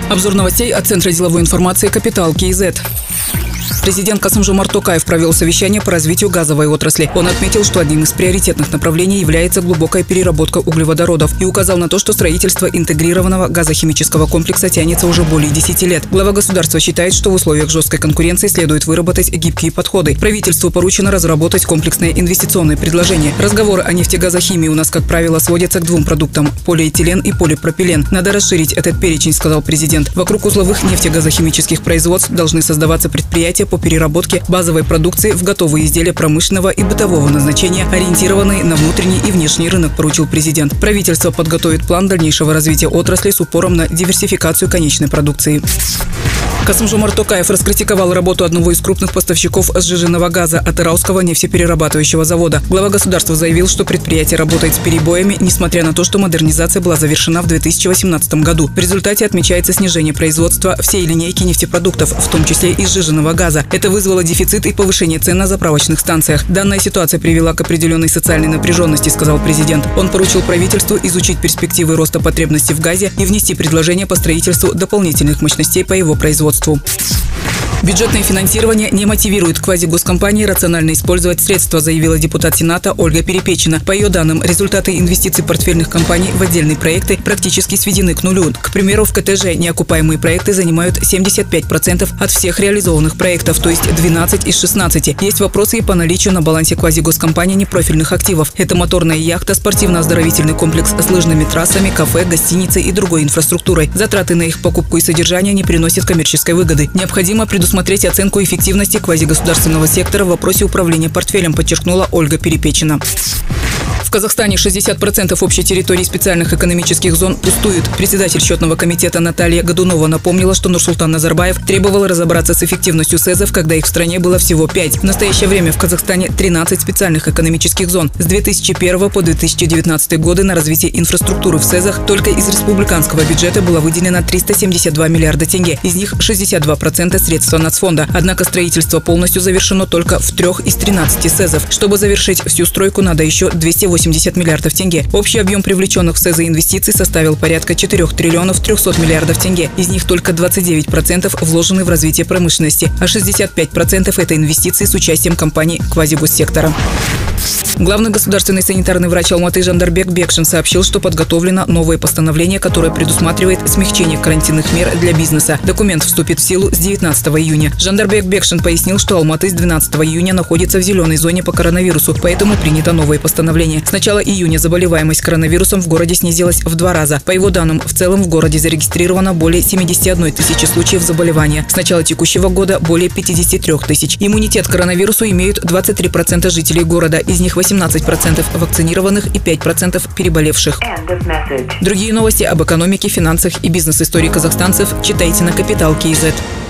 Обзор новостей от Центра деловой информации «Капитал КИЗ». Президент Касым-Жомарт Токаев провел совещание по развитию газовой отрасли. Он отметил, что одним из приоритетных направлений является глубокая переработка углеводородов и указал на то, что строительство интегрированного газохимического комплекса тянется уже более 10 лет. Глава государства считает, что в условиях жесткой конкуренции следует выработать гибкие подходы. Правительству поручено разработать комплексное инвестиционное предложение. Разговоры о нефтегазохимии у нас, как правило, сводятся к двум продуктам – полиэтилен и полипропилен. Надо расширить этот перечень, сказал президент. Вокруг узловых нефтегазохимических производств должны создаваться предприятия по переработке базовой продукции в готовые изделия промышленного и бытового назначения, ориентированные на внутренний и внешний рынок, поручил президент. Правительство подготовит план дальнейшего развития отрасли с упором на диверсификацию конечной продукции. Касым-Жомарт Токаев раскритиковал работу одного из крупных поставщиков сжиженного газа – Атырауского нефтеперерабатывающего завода. Глава государства заявил, что предприятие работает с перебоями, несмотря на то, что модернизация была завершена в 2018 году. В результате отмечается снижение производства всей линейки нефтепродуктов, в том числе и сжиженного газа. Это вызвало дефицит и повышение цен на заправочных станциях. Данная ситуация привела к определенной социальной напряженности, сказал президент. Он поручил правительству изучить перспективы роста потребностей в газе и внести предложения по строительству дополнительных мощностей по его производству. Бюджетное финансирование не мотивирует квазигоскомпании рационально использовать средства, заявила депутат Сената Ольга Перепечина. По ее данным, результаты инвестиций портфельных компаний в отдельные проекты практически сведены к нулю. К примеру, в КТЖ неокупаемые проекты занимают 75% от всех реализованных проектов, то есть 12 из 16. Есть вопросы и по наличию на балансе квазигоскомпании непрофильных активов. Это моторная яхта, спортивно-оздоровительный комплекс с лыжными трассами, кафе, гостиницей и другой инфраструктурой. Затраты на их покупку и содержание не приносят коммерческой выгоды. Необходимо предусмотреть оценку эффективности квазигосударственного сектора в вопросе управления портфелем, подчеркнула Ольга Перепечина. В Казахстане 60% общей территории специальных экономических зон пустуют. Председатель счетного комитета Наталья Годунова напомнила, что Нурсултан Назарбаев требовал разобраться с эффективностью СЭЗов, когда их в стране было всего 5. В настоящее время в Казахстане 13 специальных экономических зон. С 2001 по 2019 годы на развитие инфраструктуры в СЭЗах только из республиканского бюджета было выделено 372 миллиарда тенге. Из них 62% средства нацфонда. Однако строительство полностью завершено только в 3 из 13 СЭЗов. Чтобы завершить всю стройку, надо еще 280 миллиардов тенге. Общий объем привлеченных в СЭЗы инвестиций составил порядка 4 триллионов 300 миллиардов тенге. Из них только 29% вложены в развитие промышленности, а 65% это инвестиции с участием компаний квазигоссектора. Главный государственный санитарный врач Алматы Жандарбек Бекшин сообщил, что подготовлено новое постановление, которое предусматривает смягчение карантинных мер для бизнеса. Документ вступит в силу с 19 июня. Жандарбек Бекшин пояснил, что Алматы с 12 июня находится в зеленой зоне по коронавирусу, поэтому принято новое постановление. С начала июня заболеваемость коронавирусом в городе снизилась в 2 раза. По его данным, в целом в городе зарегистрировано более 71 тысячи случаев заболевания. С начала текущего года более 53 тысяч. Иммунитет к коронавирусу имеют 23% жителей города, из них 18% вакцинированных и 5% переболевших. Другие новости об экономике, финансах и бизнес-истории казахстанцев читайте на Капитал КИЗ.